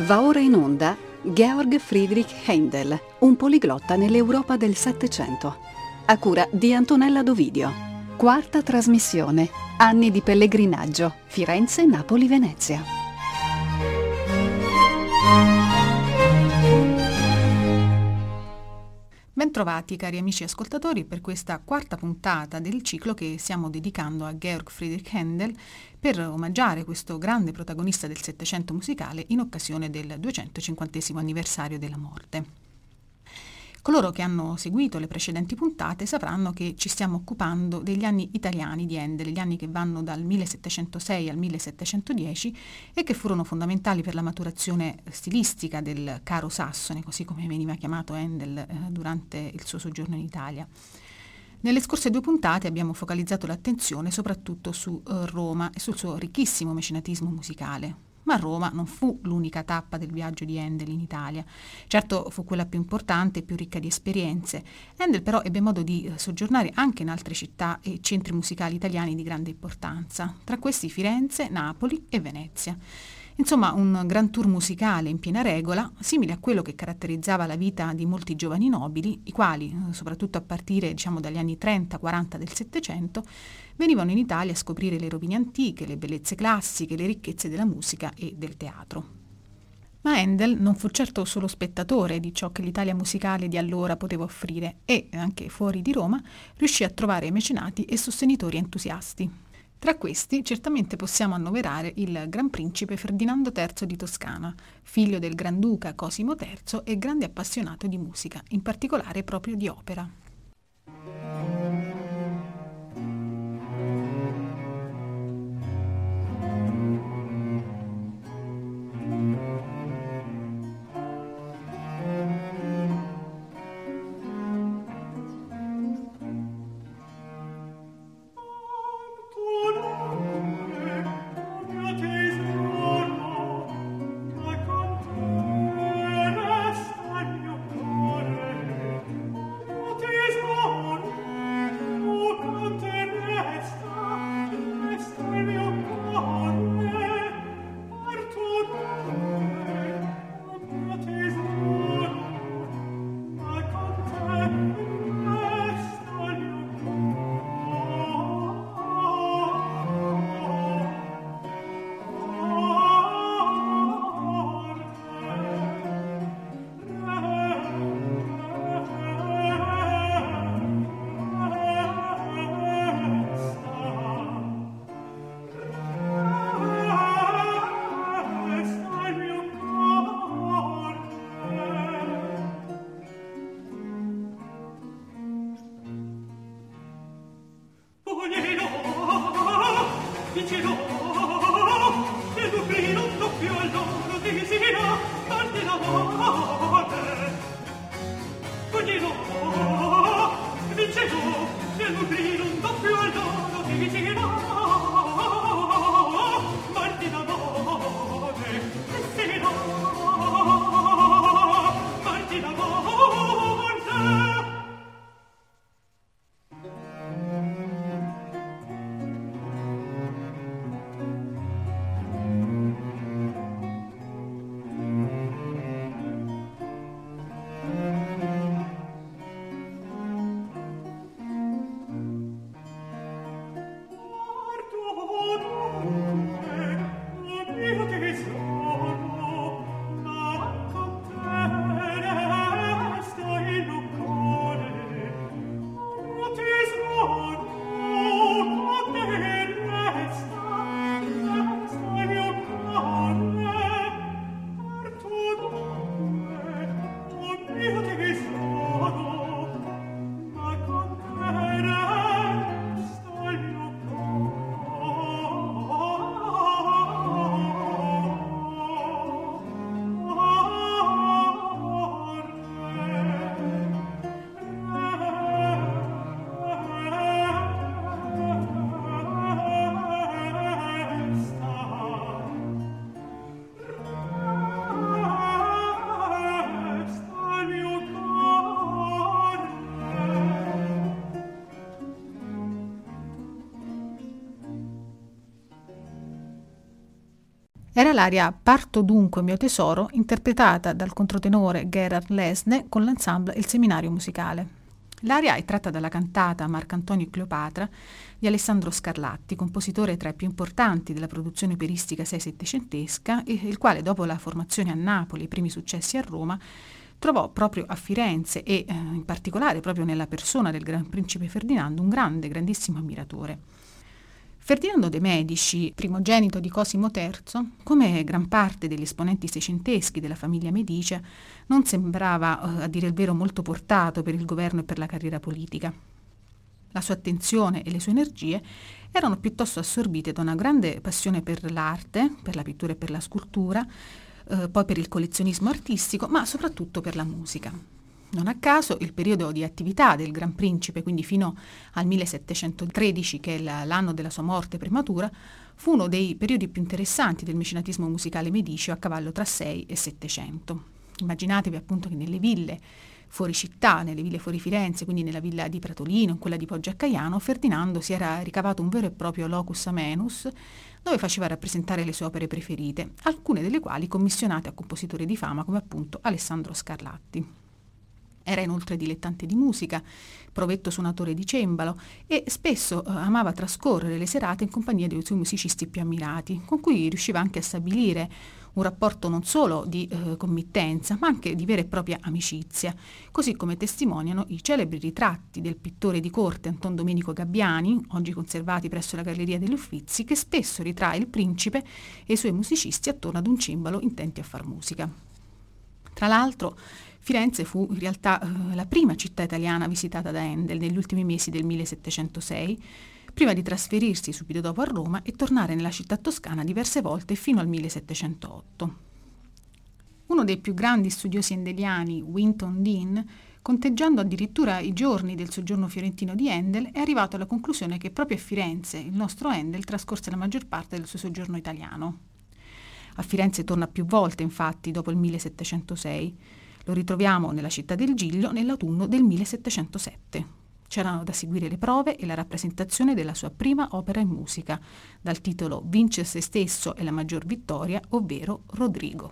Va ora in onda Georg Friedrich Händel, un poliglotta nell'Europa del Settecento, a cura di Antonella Dovidio. Quarta trasmissione, anni di pellegrinaggio, Firenze, Napoli, Venezia. Bentrovati cari amici ascoltatori per questa quarta puntata del ciclo che stiamo dedicando a Georg Friedrich Händel per omaggiare questo grande protagonista del Settecento musicale in occasione del 250° anniversario della morte. Coloro che hanno seguito le precedenti puntate sapranno che ci stiamo occupando degli anni italiani di Händel, gli anni che vanno dal 1706 al 1710 e che furono fondamentali per la maturazione stilistica del caro sassone, così come veniva chiamato Händel durante il suo soggiorno in Italia. Nelle scorse due puntate abbiamo focalizzato l'attenzione soprattutto su Roma e sul suo ricchissimo mecenatismo musicale. Ma Roma non fu l'unica tappa del viaggio di Händel in Italia. Certo fu quella più importante e più ricca di esperienze. Händel però ebbe modo di soggiornare anche in altre città e centri musicali italiani di grande importanza, tra questi Firenze, Napoli e Venezia. Insomma, un gran tour musicale in piena regola, simile a quello che caratterizzava la vita di molti giovani nobili, i quali, soprattutto a partire dagli anni 30-40 del Settecento, venivano in Italia a scoprire le rovine antiche, le bellezze classiche, le ricchezze della musica e del teatro. Ma Händel non fu certo solo spettatore di ciò che l'Italia musicale di allora poteva offrire e, anche fuori di Roma, riuscì a trovare mecenati e sostenitori entusiasti. Tra questi certamente possiamo annoverare il Gran Principe Ferdinando III di Toscana, figlio del Granduca Cosimo III e grande appassionato di musica, in particolare proprio di opera. Era l'aria Parto dunque mio tesoro, interpretata dal controtenore Gerhard Lesne con l'ensemble Il Seminario Musicale. L'aria è tratta dalla cantata Marcantonio e Cleopatra di Alessandro Scarlatti, compositore tra i più importanti della produzione operistica sei-settecentesca, il quale dopo la formazione a Napoli e i primi successi a Roma trovò proprio a Firenze e in particolare proprio nella persona del Gran Principe Ferdinando un grandissimo ammiratore. Ferdinando de' Medici, primogenito di Cosimo III, come gran parte degli esponenti seicenteschi della famiglia Medicia, non sembrava, a dire il vero, molto portato per il governo e per la carriera politica. La sua attenzione e le sue energie erano piuttosto assorbite da una grande passione per l'arte, per la pittura e per la scultura, poi per il collezionismo artistico, ma soprattutto per la musica. Non a caso il periodo di attività del Gran Principe, quindi fino al 1713, che è l'anno della sua morte prematura, fu uno dei periodi più interessanti del mecenatismo musicale medicio a cavallo tra 6 e 700. Immaginatevi appunto che nelle ville fuori città, nelle ville fuori Firenze, quindi nella villa di Pratolino, in quella di Poggio a Caiano, Ferdinando si era ricavato un vero e proprio locus amenus dove faceva rappresentare le sue opere preferite, alcune delle quali commissionate a compositori di fama come appunto Alessandro Scarlatti. Era inoltre dilettante di musica, provetto suonatore di cembalo e spesso amava trascorrere le serate in compagnia dei suoi musicisti più ammirati, con cui riusciva anche a stabilire un rapporto non solo di committenza, ma anche di vera e propria amicizia, così come testimoniano i celebri ritratti del pittore di corte Anton Domenico Gabbiani, oggi conservati presso la Galleria degli Uffizi, che spesso ritrae il principe e i suoi musicisti attorno ad un cembalo intenti a far musica. Tra l'altro, Firenze fu in realtà la prima città italiana visitata da Handel negli ultimi mesi del 1706, prima di trasferirsi subito dopo a Roma e tornare nella città toscana diverse volte fino al 1708. Uno dei più grandi studiosi handeliani, Winton Dean, conteggiando addirittura i giorni del soggiorno fiorentino di Handel, è arrivato alla conclusione che proprio a Firenze il nostro Handel trascorse la maggior parte del suo soggiorno italiano. A Firenze torna più volte, infatti, dopo il 1706. Lo ritroviamo nella città del Giglio nell'autunno del 1707. C'erano da seguire le prove e la rappresentazione della sua prima opera in musica, dal titolo Vince se stesso e la maggior vittoria, ovvero Rodrigo.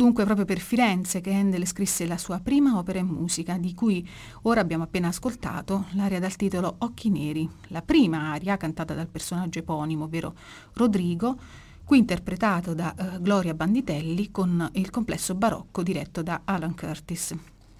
dunque proprio per Firenze che Handel scrisse la sua prima opera in musica, di cui ora abbiamo appena ascoltato l'aria dal titolo Occhi Neri, la prima aria cantata dal personaggio eponimo, ovvero Rodrigo, qui interpretato da Gloria Banditelli con il complesso barocco diretto da Alan Curtis.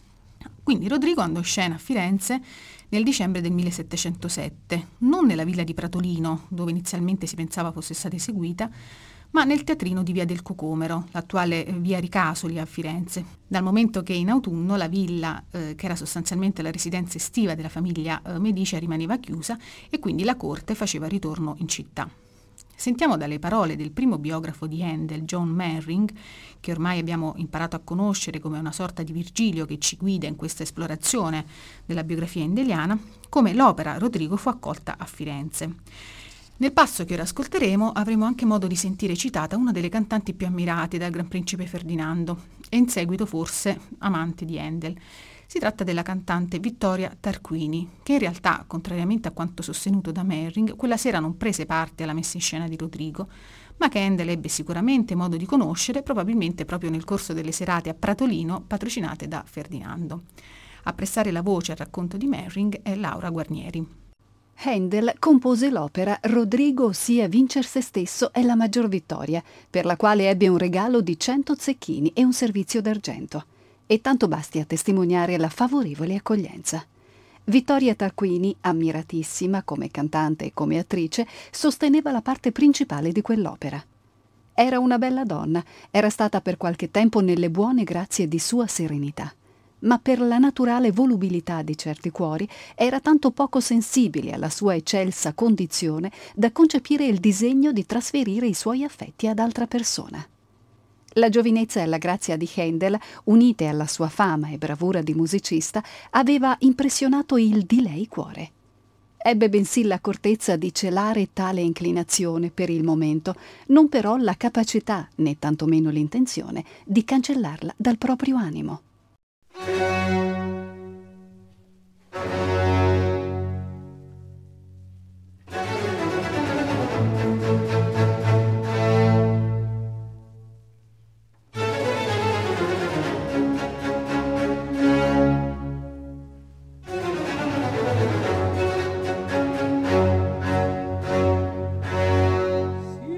Quindi Rodrigo andò in scena a Firenze nel dicembre del 1707, non nella villa di Pratolino, dove inizialmente si pensava fosse stata eseguita, ma nel teatrino di Via del Cocomero, l'attuale Via Ricasoli a Firenze, dal momento che in autunno la villa, che era sostanzialmente la residenza estiva della famiglia Medici, rimaneva chiusa e quindi la corte faceva ritorno in città. Sentiamo dalle parole del primo biografo di Handel, John Merring, che ormai abbiamo imparato a conoscere come una sorta di Virgilio che ci guida in questa esplorazione della biografia handeliana, come l'opera Rodrigo fu accolta a Firenze. Nel passo che ora ascolteremo avremo anche modo di sentire citata una delle cantanti più ammirate dal Gran Principe Ferdinando e in seguito forse amante di Handel. Si tratta della cantante Vittoria Tarquini, che in realtà, contrariamente a quanto sostenuto da Merring, quella sera non prese parte alla messa in scena di Rodrigo, ma che Handel ebbe sicuramente modo di conoscere probabilmente proprio nel corso delle serate a Pratolino patrocinate da Ferdinando. A prestare la voce al racconto di Merring è Laura Guarnieri. Handel compose l'opera Rodrigo sia vincer se stesso è la maggior vittoria, per la quale ebbe un regalo di 100 zecchini e un servizio d'argento. E tanto basti a testimoniare la favorevole accoglienza. Vittoria Tarquini, ammiratissima come cantante e come attrice, sosteneva la parte principale di quell'opera. Era una bella donna, era stata per qualche tempo nelle buone grazie di sua serenità, ma per la naturale volubilità di certi cuori era tanto poco sensibile alla sua eccelsa condizione da concepire il disegno di trasferire i suoi affetti ad altra persona. La giovinezza e la grazia di Handel, unite alla sua fama e bravura di musicista, aveva impressionato il di lei cuore. Ebbe bensì l'accortezza di celare tale inclinazione per il momento, non però la capacità, né tantomeno l'intenzione, di cancellarla dal proprio animo.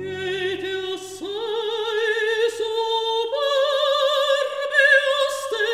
Siete assai superbi,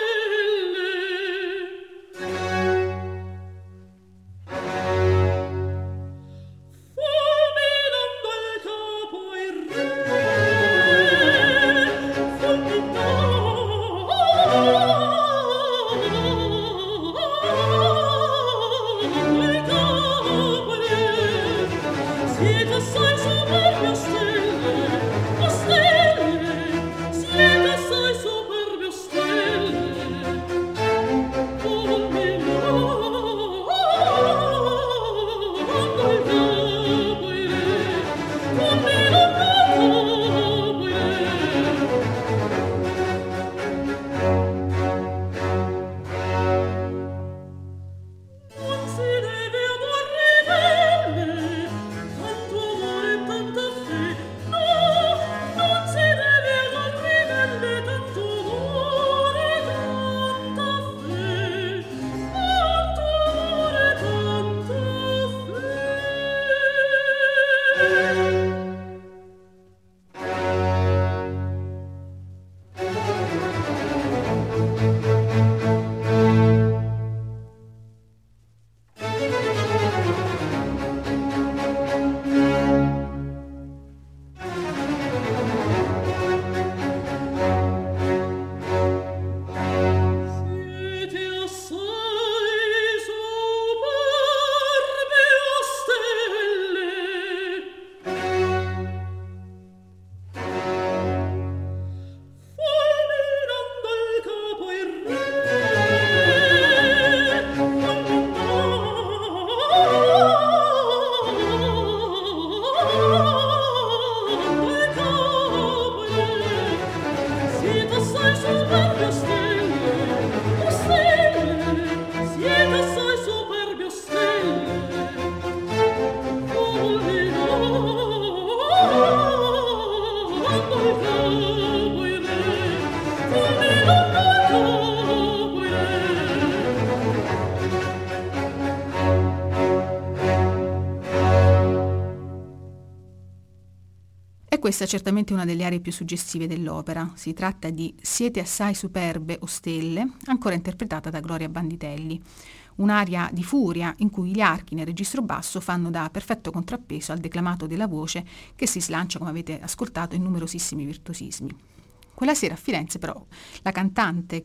questa è certamente una delle aree più suggestive dell'opera. Si tratta di Siete assai superbe o stelle, ancora interpretata da Gloria Banditelli. Un'aria di furia in cui gli archi nel registro basso fanno da perfetto contrappeso al declamato della voce che si slancia, come avete ascoltato, in numerosissimi virtuosismi. Quella sera a Firenze però la cantante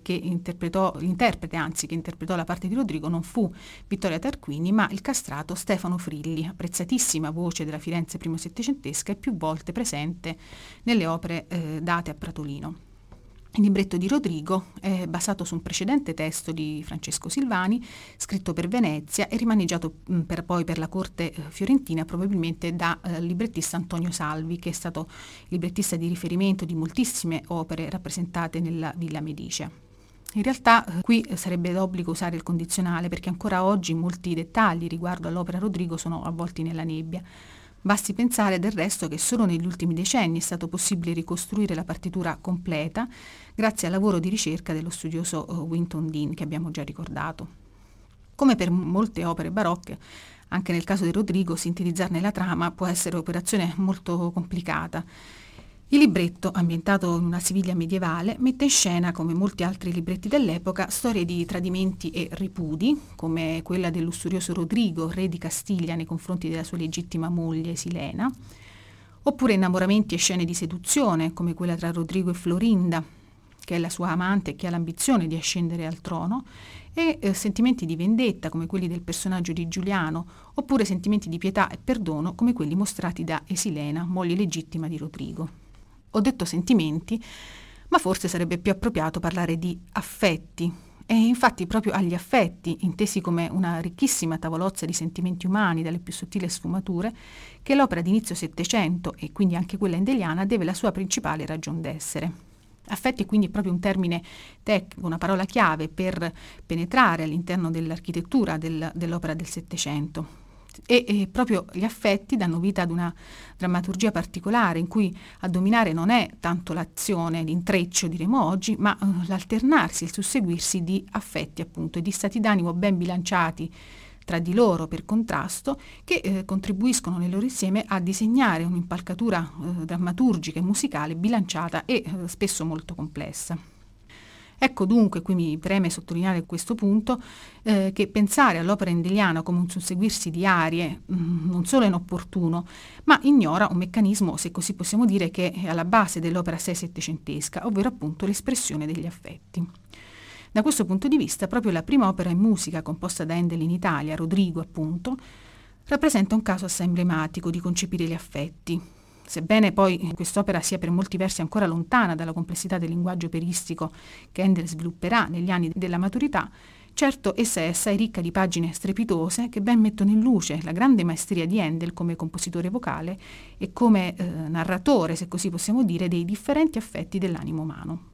l'interprete che interpretò la parte di Rodrigo non fu Vittoria Tarquini, ma il castrato Stefano Frilli, apprezzatissima voce della Firenze primo settecentesca e più volte presente nelle opere date a Pratolino. Il libretto di Rodrigo è basato su un precedente testo di Francesco Silvani, scritto per Venezia e rimaneggiato poi per la corte fiorentina, probabilmente da librettista Antonio Salvi, che è stato librettista di riferimento di moltissime opere rappresentate nella Villa Medicea. In realtà qui sarebbe d'obbligo usare il condizionale, perché ancora oggi molti dettagli riguardo all'opera Rodrigo sono avvolti nella nebbia. Basti pensare del resto che solo negli ultimi decenni è stato possibile ricostruire la partitura completa grazie al lavoro di ricerca dello studioso Winton Dean, che abbiamo già ricordato. Come per molte opere barocche, anche nel caso di Rodrigo sintetizzarne la trama può essere operazione molto complicata. Il libretto, ambientato in una Siviglia medievale, mette in scena, come molti altri libretti dell'epoca, storie di tradimenti e ripudi, come quella del lussurioso Rodrigo, re di Castiglia nei confronti della sua legittima moglie Silena, oppure innamoramenti e scene di seduzione, come quella tra Rodrigo e Florinda, che è la sua amante e che ha l'ambizione di ascendere al trono, e sentimenti di vendetta, come quelli del personaggio di Giuliano, oppure sentimenti di pietà e perdono, come quelli mostrati da Esilena, moglie legittima di Rodrigo. Ho detto sentimenti, ma forse sarebbe più appropriato parlare di affetti. E infatti proprio agli affetti, intesi come una ricchissima tavolozza di sentimenti umani dalle più sottili sfumature, che l'opera di inizio Settecento, e quindi anche quella endeliana, deve la sua principale ragion d'essere. Affetti è quindi proprio un termine tecnico, una parola chiave per penetrare all'interno dell'architettura dell'opera del Settecento. E proprio gli affetti danno vita ad una drammaturgia particolare in cui a dominare non è tanto l'azione, l'intreccio diremo oggi, ma l'alternarsi, il susseguirsi di affetti appunto e di stati d'animo ben bilanciati tra di loro per contrasto, che contribuiscono nel loro insieme a disegnare un'impalcatura drammaturgica e musicale bilanciata e spesso molto complessa. Ecco dunque, qui mi preme sottolineare questo punto, che pensare all'opera endeliana come un susseguirsi di arie non solo è inopportuno, ma ignora un meccanismo, se così possiamo dire, che è alla base dell'opera sei settecentesca, ovvero appunto l'espressione degli affetti. Da questo punto di vista, proprio la prima opera in musica composta da Handel in Italia, Rodrigo appunto, rappresenta un caso assai emblematico di concepire gli affetti. Sebbene poi quest'opera sia per molti versi ancora lontana dalla complessità del linguaggio operistico che Handel svilupperà negli anni della maturità, certo essa è assai ricca di pagine strepitose che ben mettono in luce la grande maestria di Handel come compositore vocale e come narratore, se così possiamo dire, dei differenti affetti dell'animo umano.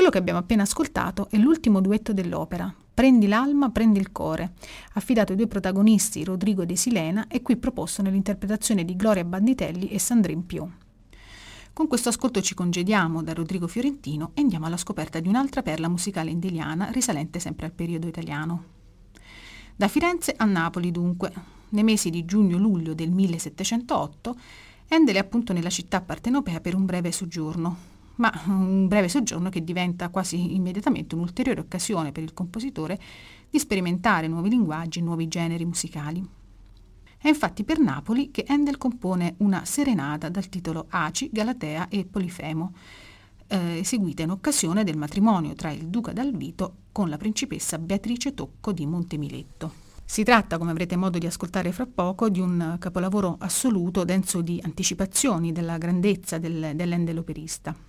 Quello che abbiamo appena ascoltato è l'ultimo duetto dell'opera, Prendi l'alma, prendi il cuore, affidato ai due protagonisti Rodrigo De Silena e qui proposto nell'interpretazione di Gloria Banditelli e Sandrine Piau. Con questo ascolto ci congediamo da Rodrigo Fiorentino e andiamo alla scoperta di un'altra perla musicale indeliana risalente sempre al periodo italiano. Da Firenze a Napoli dunque, nei mesi di giugno-luglio del 1708, Handel è appunto nella città partenopea per un breve soggiorno, ma un breve soggiorno che diventa quasi immediatamente un'ulteriore occasione per il compositore di sperimentare nuovi linguaggi e nuovi generi musicali. È infatti per Napoli che Handel compone una serenata dal titolo Aci, Galatea e Polifemo, eseguita in occasione del matrimonio tra il duca d'Alvito con la principessa Beatrice Tocco di Montemiletto. Si tratta, come avrete modo di ascoltare fra poco, di un capolavoro assoluto denso di anticipazioni della grandezza dell'Handel operista.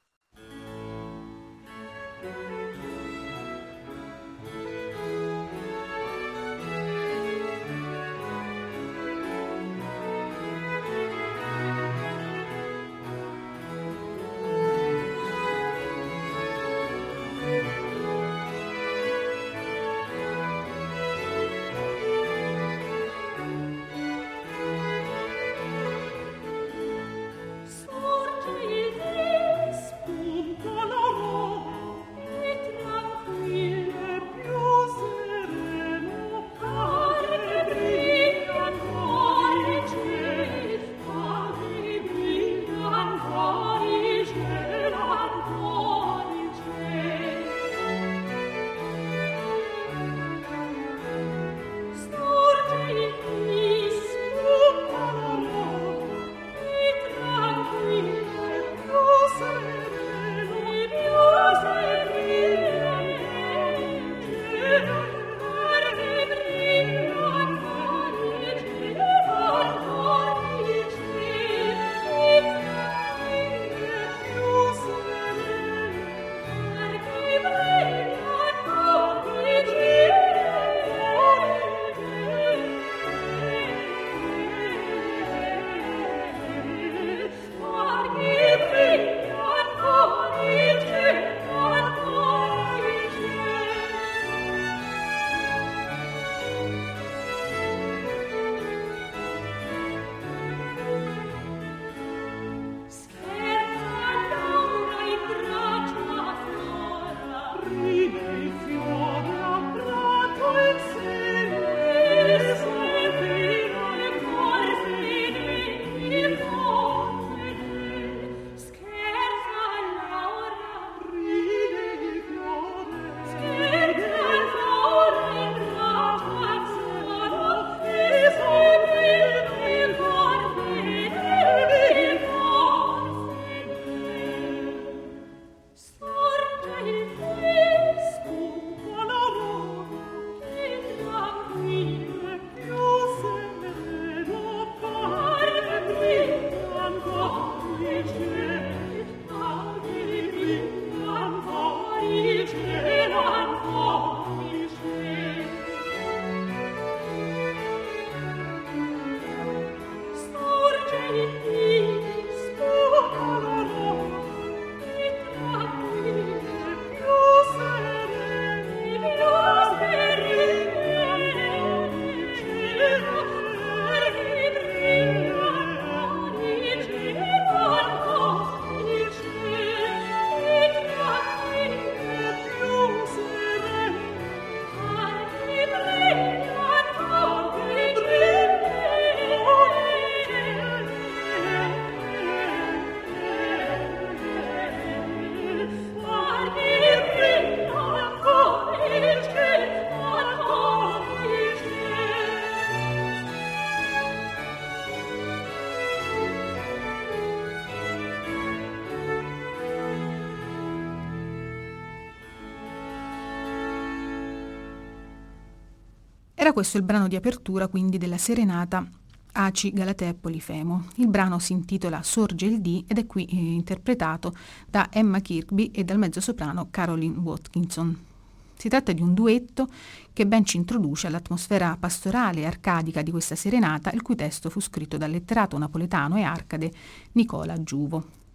Era questo il brano di apertura quindi della serenata Aci, Galatea e Polifemo. Il brano si intitola Sorge il dì ed è qui interpretato da Emma Kirkby e dal mezzosoprano Caroline Watkinson. Si tratta di un duetto che ben ci introduce all'atmosfera pastorale e arcadica di questa serenata, il cui testo fu scritto dal letterato napoletano e arcade Nicola Giuvo.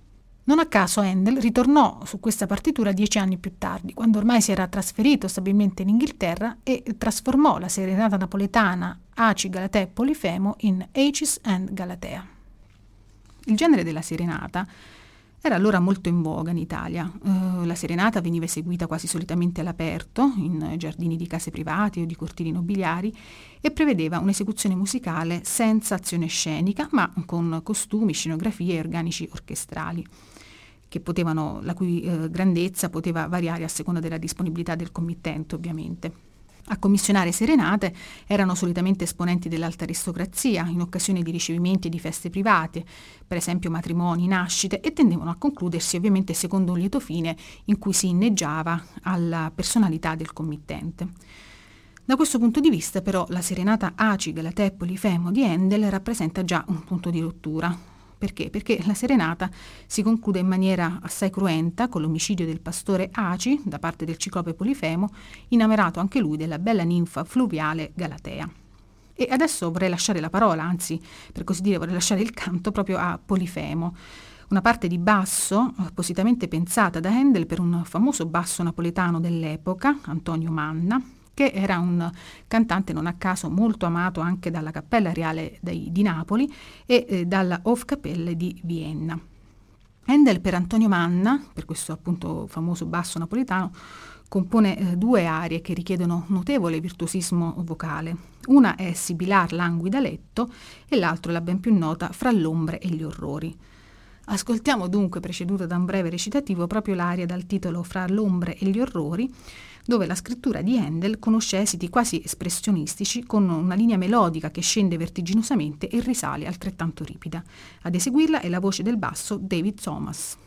Non a caso Handel ritornò su questa partitura 10 anni più tardi, quando ormai si era trasferito stabilmente in Inghilterra e trasformò la serenata napoletana Aci, Galatea e Polifemo in Acis and Galatea. Il genere della serenata era allora molto in voga in Italia. La serenata veniva eseguita quasi solitamente all'aperto, in giardini di case private o di cortili nobiliari, e prevedeva un'esecuzione musicale senza azione scenica, ma con costumi, scenografie e organici orchestrali, la cui grandezza poteva variare a seconda della disponibilità del committente, ovviamente. A commissionare serenate erano solitamente esponenti dell'alta aristocrazia, in occasione di ricevimenti e di feste private, per esempio matrimoni, nascite, e tendevano a concludersi ovviamente secondo un lieto fine in cui si inneggiava alla personalità del committente. Da questo punto di vista, però, la serenata Aci, Galatea e Polifemo di Handel rappresenta già un punto di rottura. Perché? Perché la serenata si conclude in maniera assai cruenta con l'omicidio del pastore Aci da parte del ciclope Polifemo, innamorato anche lui della bella ninfa fluviale Galatea. E adesso vorrei lasciare la parola, anzi, per così dire, vorrei lasciare il canto proprio a Polifemo, una parte di basso appositamente pensata da Handel per un famoso basso napoletano dell'epoca, Antonio Manna, che era un cantante non a caso molto amato anche dalla Cappella Reale di Napoli e dalla Hofkapelle di Vienna. Handel per Antonio Manna, per questo appunto famoso basso napoletano, compone due arie che richiedono notevole virtuosismo vocale. Una è Sibilar languida letto e l'altro è la ben più nota Fra l'ombre e gli orrori. Ascoltiamo dunque, preceduta da un breve recitativo, proprio l'aria dal titolo Fra l'ombre e gli orrori, dove la scrittura di Handel conosce esiti quasi espressionistici con una linea melodica che scende vertiginosamente e risale altrettanto ripida. Ad eseguirla è la voce del basso David Thomas.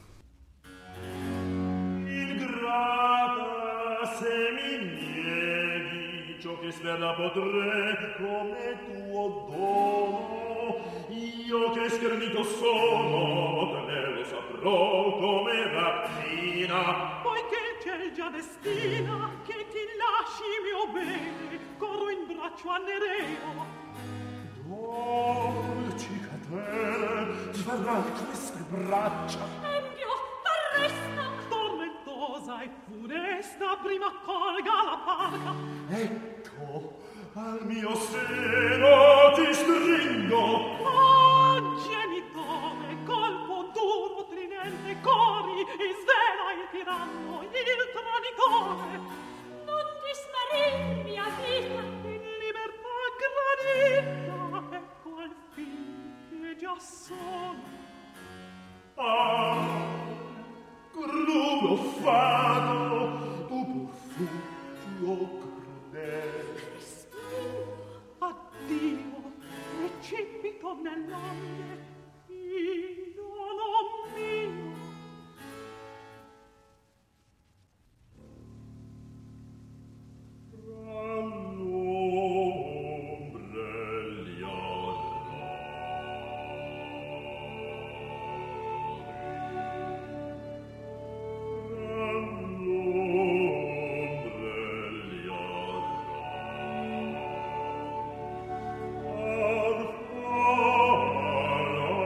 Sperla potrei come tuo dono, io che schernito sono, te lo saprò come rapina. Poiché c'è già destina che ti lasci mio bene, corro in braccio a Nereo. Dolci catene, ti varrai queste braccia. Empio, arresta! Tormentosa e funesta, prima colga la parca. Ecco, al mio seno ti stringo. Oh, genitore, colpo duro, trinente, cori, e svela il tiranno, il traditore. Non ti smarir, mia vita, In libertà gradita, ecco al fin che già sono. Ah, crudo fado, tu perfugio crudele. Addio, precipito nell'onde, idolo mio. All'ombre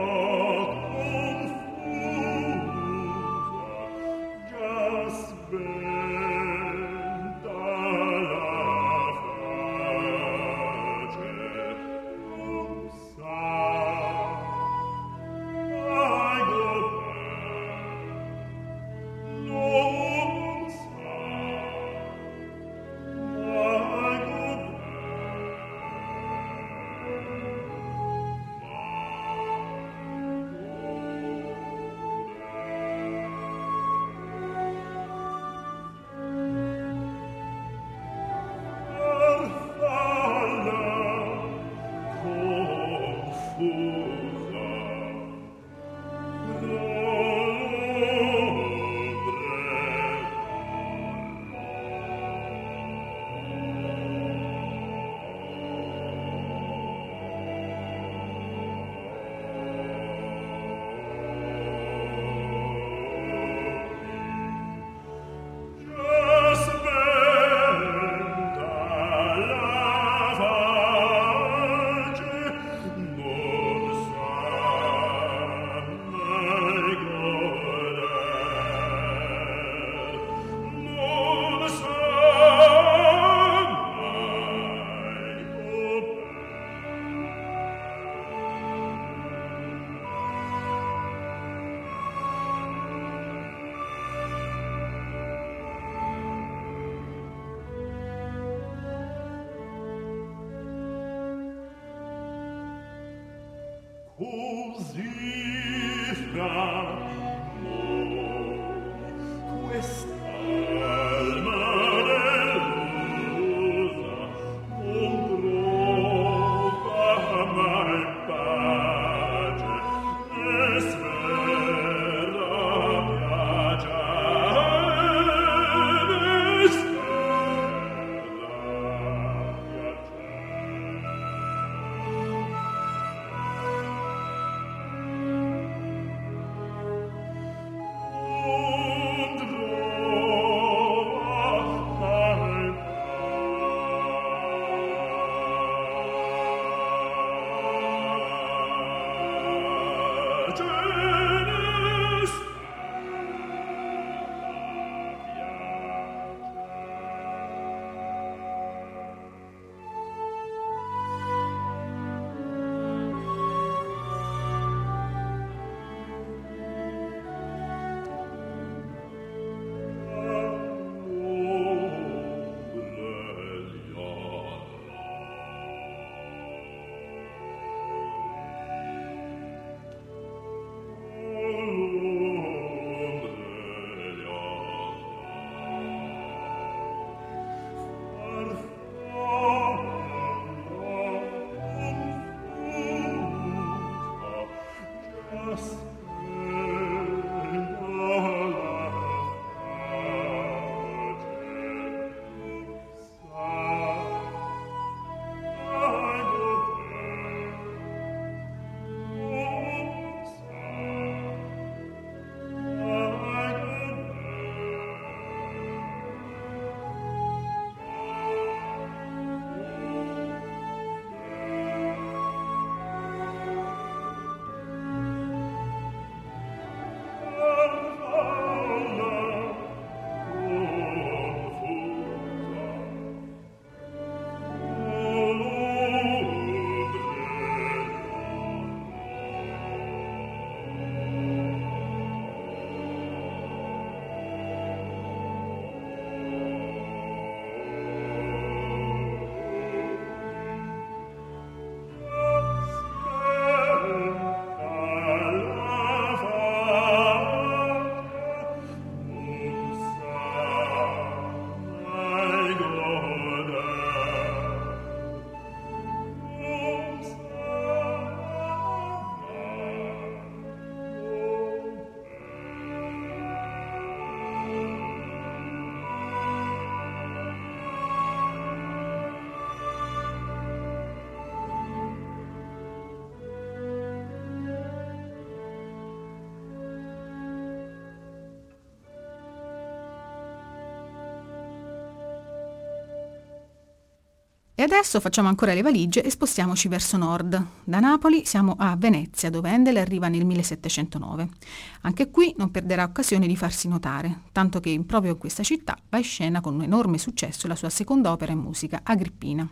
E adesso facciamo ancora le valigie e spostiamoci verso nord. Da Napoli siamo a Venezia, dove Handel arriva nel 1709. Anche qui non perderà occasione di farsi notare, tanto che proprio in questa città va in scena con un enorme successo la sua seconda opera in musica, Agrippina.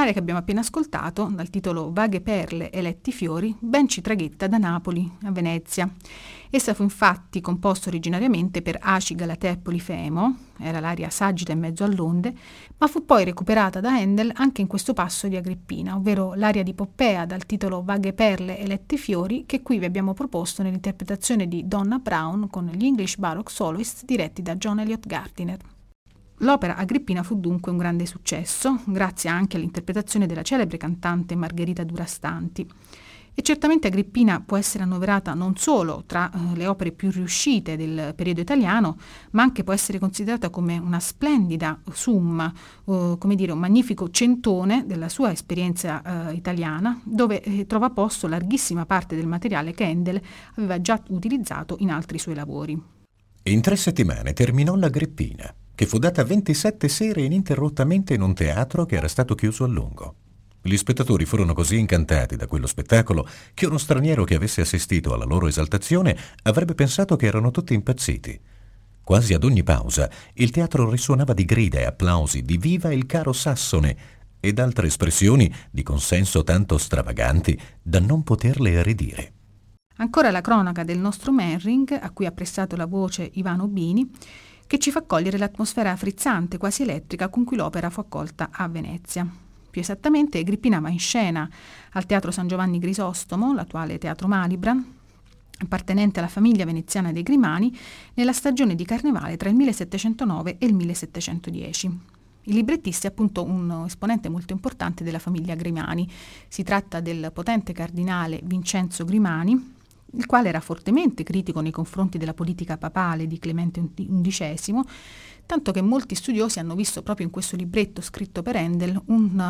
L'aria che abbiamo appena ascoltato, dal titolo Vaghe perle e letti fiori, ben ci traghetta da Napoli a Venezia. Essa fu infatti composta originariamente per Aci, Galatea e Polifemo, era l'aria sagita in mezzo all'onde, ma fu poi recuperata da Handel anche in questo passo di Agrippina, ovvero l'aria di Poppea dal titolo Vaghe perle e letti fiori, che qui vi abbiamo proposto nell'interpretazione di Donna Brown con gli English Baroque Soloists diretti da John Eliot Gardiner. L'opera Agrippina fu dunque un grande successo, grazie anche all'interpretazione della celebre cantante Margherita Durastanti. E certamente Agrippina può essere annoverata non solo tra le opere più riuscite del periodo italiano, ma anche può essere considerata come una splendida summa, come dire un magnifico centone della sua esperienza italiana, dove trova posto larghissima parte del materiale che Handel aveva già utilizzato in altri suoi lavori. In 3 settimane terminò l'Agrippina, che fu data 27 sere ininterrottamente in un teatro che era stato chiuso a lungo. Gli spettatori furono così incantati da quello spettacolo che uno straniero che avesse assistito alla loro esaltazione avrebbe pensato che erano tutti impazziti. Quasi ad ogni pausa il teatro risuonava di grida e applausi di "Viva il caro Sassone" ed altre espressioni di consenso tanto stravaganti da non poterle ridire. Ancora la cronaca del nostro Merring, a cui ha prestato la voce Ivano Bini, che ci fa cogliere l'atmosfera frizzante, quasi elettrica, con cui l'opera fu accolta a Venezia. Più esattamente, Agrippina va in scena al Teatro San Giovanni Grisostomo, l'attuale Teatro Malibran, appartenente alla famiglia veneziana dei Grimani, nella stagione di Carnevale tra il 1709 e il 1710. Il librettista è appunto un esponente molto importante della famiglia Grimani. Si tratta del potente cardinale Vincenzo Grimani, il quale era fortemente critico nei confronti della politica papale di Clemente XI, tanto che molti studiosi hanno visto proprio in questo libretto scritto per Handel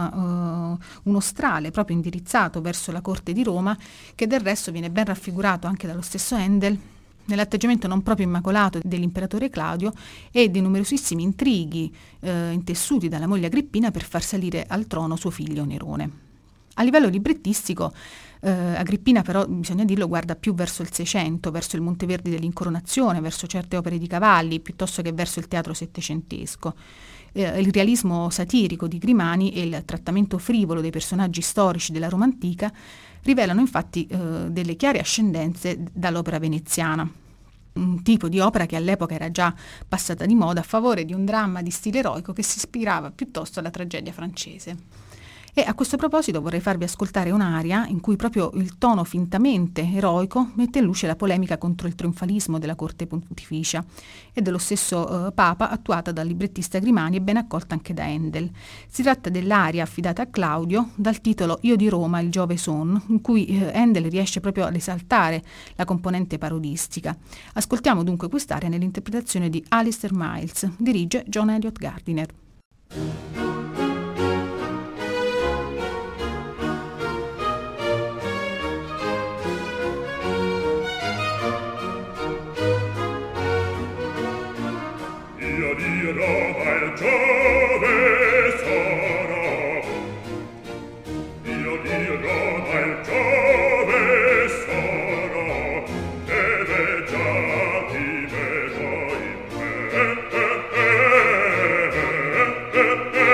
uno strale proprio indirizzato verso la corte di Roma, che del resto viene ben raffigurato anche dallo stesso Handel nell'atteggiamento non proprio immacolato dell'imperatore Claudio e dei numerosissimi intrighi intessuti dalla moglie Agrippina per far salire al trono suo figlio Nerone. A livello librettistico, Agrippina però, bisogna dirlo, guarda più verso il Seicento, verso il Monteverdi dell'Incoronazione, verso certe opere di Cavalli, piuttosto che verso il teatro settecentesco. Il realismo satirico di Grimani e il trattamento frivolo dei personaggi storici della Roma antica rivelano infatti delle chiare ascendenze dall'opera veneziana, un tipo di opera che all'epoca era già passata di moda a favore di un dramma di stile eroico che si ispirava piuttosto alla tragedia francese. E a questo proposito vorrei farvi ascoltare un'aria in cui proprio il tono fintamente eroico mette in luce la polemica contro il trionfalismo della corte pontificia e dello stesso Papa, attuata dal librettista Grimani e ben accolta anche da Handel. Si tratta dell'aria affidata a Claudio dal titolo Io di Roma, il Giove son, in cui Handel riesce proprio ad esaltare la componente parodistica. Ascoltiamo dunque quest'aria nell'interpretazione di Alistair Miles, dirige John Eliot Gardiner. Giove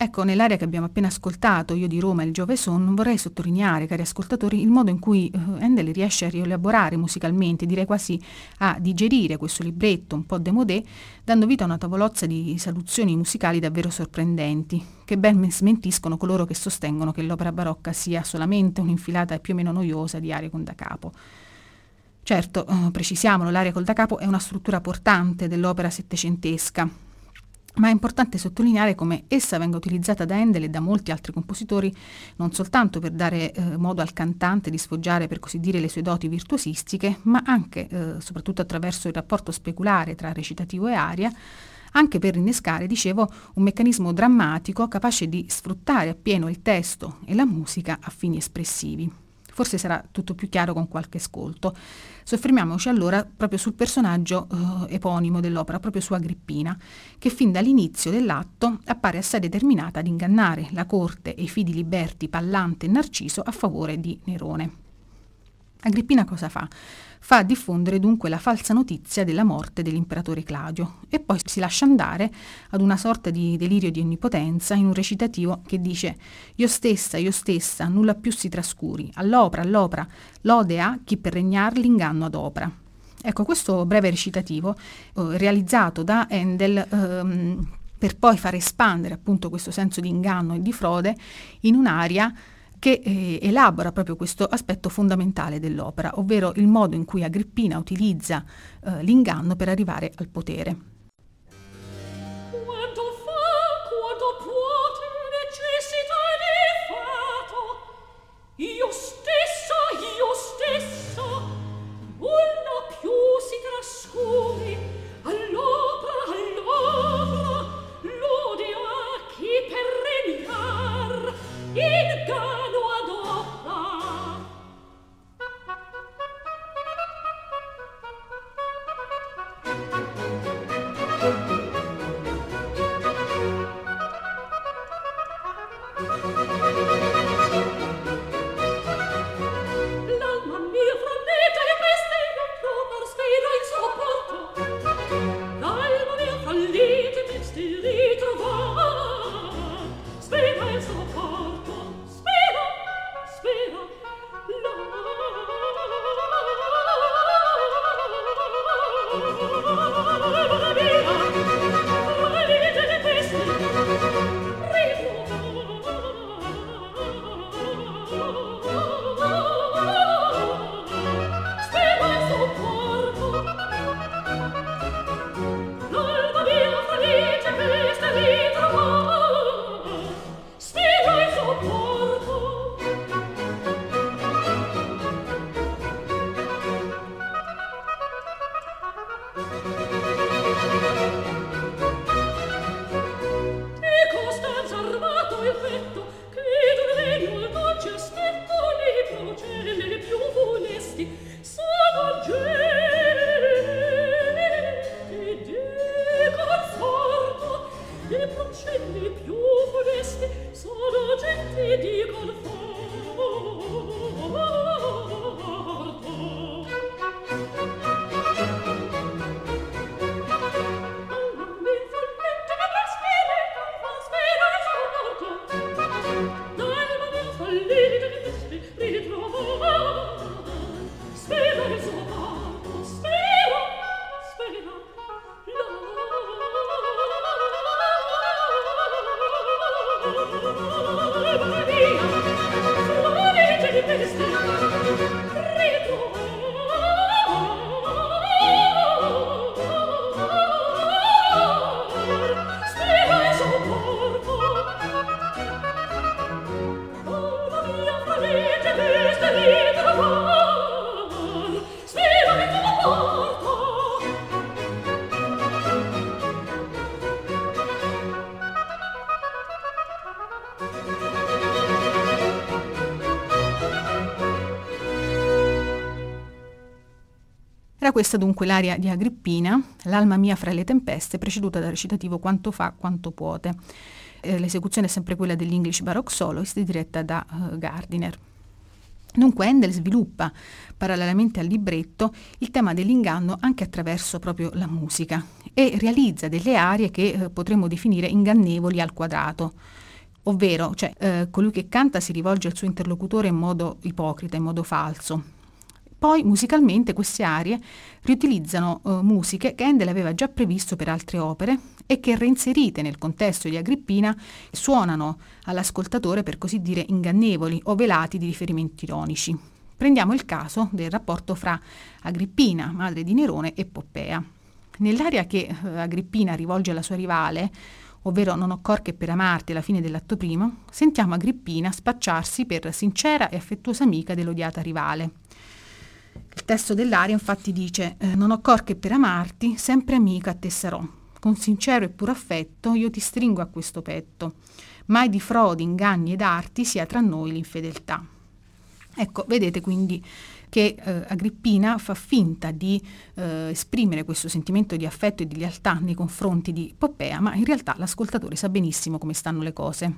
Ecco, nell'aria che abbiamo appena ascoltato, Io di Roma e il Giove Son, vorrei sottolineare, cari ascoltatori, il modo in cui Handel riesce a rielaborare musicalmente, direi quasi a digerire questo libretto un po' démodé, dando vita a una tavolozza di soluzioni musicali davvero sorprendenti, che ben smentiscono coloro che sostengono che l'opera barocca sia solamente un'infilata più o meno noiosa di arie con da capo. Certo, precisiamolo, l'aria col da capo è una struttura portante dell'opera settecentesca, ma è importante sottolineare come essa venga utilizzata da Handel e da molti altri compositori non soltanto per dare modo al cantante di sfoggiare, per così dire, le sue doti virtuosistiche, ma anche, soprattutto attraverso il rapporto speculare tra recitativo e aria, anche per innescare, dicevo, un meccanismo drammatico capace di sfruttare appieno il testo e la musica a fini espressivi. Forse sarà tutto più chiaro con qualche ascolto. Soffermiamoci allora proprio sul personaggio eponimo dell'opera, proprio su Agrippina, che fin dall'inizio dell'atto appare assai determinata ad ingannare la corte e i fidi liberti Pallante e Narciso a favore di Nerone. Agrippina cosa fa? Fa diffondere dunque la falsa notizia della morte dell'imperatore Claudio e poi si lascia andare ad una sorta di delirio di onnipotenza in un recitativo che dice io stessa, nulla più si trascuri, all'opera, lode a chi per regnar l'inganno adopra. Ecco, questo breve recitativo realizzato da Handel per poi far espandere appunto questo senso di inganno e di frode in un'aria che elabora proprio questo aspetto fondamentale dell'opera, ovvero il modo in cui Agrippina utilizza l'inganno per arrivare al potere. Quanto fa, quanto puote, necessita di fato, io stessa, nulla più si trascuri, all'opera, lode a chi per regnar, inganno adopra. L'alma mia franneta e queste non trova sfida in sopporto. L'alma mia fallita e queste ritrova sfida in sopporto. Spera, Era questa dunque l'aria di Agrippina, l'alma mia fra le tempeste, preceduta dal recitativo Quanto fa, quanto puote. L'esecuzione è sempre quella dell'English Baroque Soloist, diretta da Gardiner. Dunque Handel sviluppa, parallelamente al libretto, il tema dell'inganno anche attraverso proprio la musica e realizza delle arie che potremmo definire ingannevoli al quadrato. ovvero colui che canta si rivolge al suo interlocutore in modo ipocrita, in modo falso. Poi musicalmente queste arie riutilizzano musiche che Handel aveva già previsto per altre opere e che reinserite nel contesto di Agrippina suonano all'ascoltatore per così dire ingannevoli o velati di riferimenti ironici. Prendiamo il caso del rapporto fra Agrippina, madre di Nerone, e Poppea. Nell'aria che Agrippina rivolge alla sua rivale, ovvero Non ho cor che per amarti alla fine dell'atto primo, sentiamo Agrippina spacciarsi per sincera e affettuosa amica dell'odiata rivale. Il testo dell'aria infatti dice «Non ho cor che per amarti, sempre amica a te sarò. Con sincero e puro affetto io ti stringo a questo petto. Mai di frodi, inganni ed arti sia tra noi l'infedeltà». Ecco, vedete quindi che Agrippina fa finta di esprimere questo sentimento di affetto e di lealtà nei confronti di Poppea, ma in realtà l'ascoltatore sa benissimo come stanno le cose.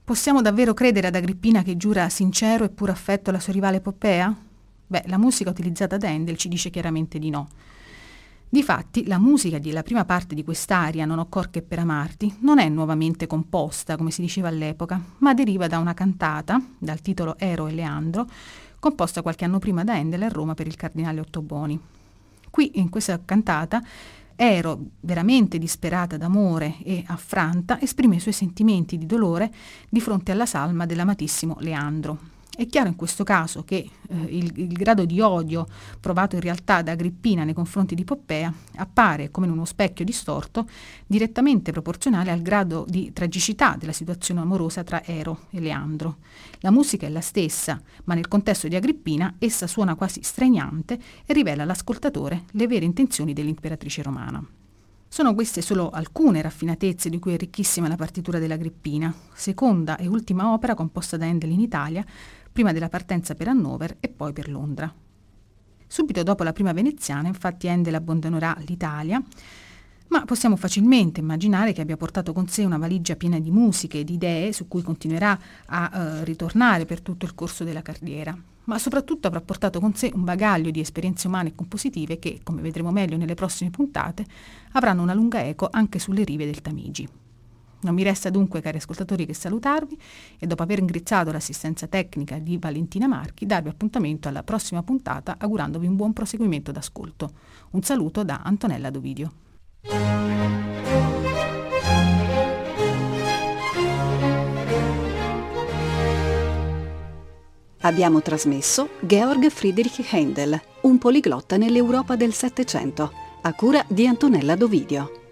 Possiamo davvero credere ad Agrippina che giura sincero e puro affetto alla sua rivale Poppea? Beh, la musica utilizzata da Handel ci dice chiaramente di no. Difatti, la musica della prima parte di quest'aria, Non ho cor che per amarti, non è nuovamente composta, come si diceva all'epoca, ma deriva da una cantata, dal titolo Ero e Leandro, composta qualche anno prima da Handel a Roma per il cardinale Ottoboni. Qui, in questa cantata, Ero, veramente disperata d'amore e affranta, esprime i suoi sentimenti di dolore di fronte alla salma dell'amatissimo Leandro. È chiaro in questo caso che il grado di odio provato in realtà da Agrippina nei confronti di Poppea appare, come in uno specchio distorto, direttamente proporzionale al grado di tragicità della situazione amorosa tra Ero e Leandro. La musica è la stessa, ma nel contesto di Agrippina essa suona quasi straniante e rivela all'ascoltatore le vere intenzioni dell'imperatrice romana. Sono queste solo alcune raffinatezze di cui è ricchissima la partitura dell'Agrippina, seconda e ultima opera composta da Handel in Italia, prima della partenza per Hannover e poi per Londra. Subito dopo la prima veneziana, infatti, Handel abbandonerà l'Italia, ma possiamo facilmente immaginare che abbia portato con sé una valigia piena di musiche e di idee su cui continuerà a ritornare per tutto il corso della carriera, ma soprattutto avrà portato con sé un bagaglio di esperienze umane e compositive che, come vedremo meglio nelle prossime puntate, avranno una lunga eco anche sulle rive del Tamigi. Non mi resta dunque, cari ascoltatori, che salutarvi e dopo aver ingrizzato l'assistenza tecnica di Valentina Marchi, darvi appuntamento alla prossima puntata augurandovi un buon proseguimento d'ascolto. Un saluto da Antonella Dovidio. Abbiamo trasmesso Georg Friedrich Händel, un poliglotta nell'Europa del Settecento, a cura di Antonella Dovidio.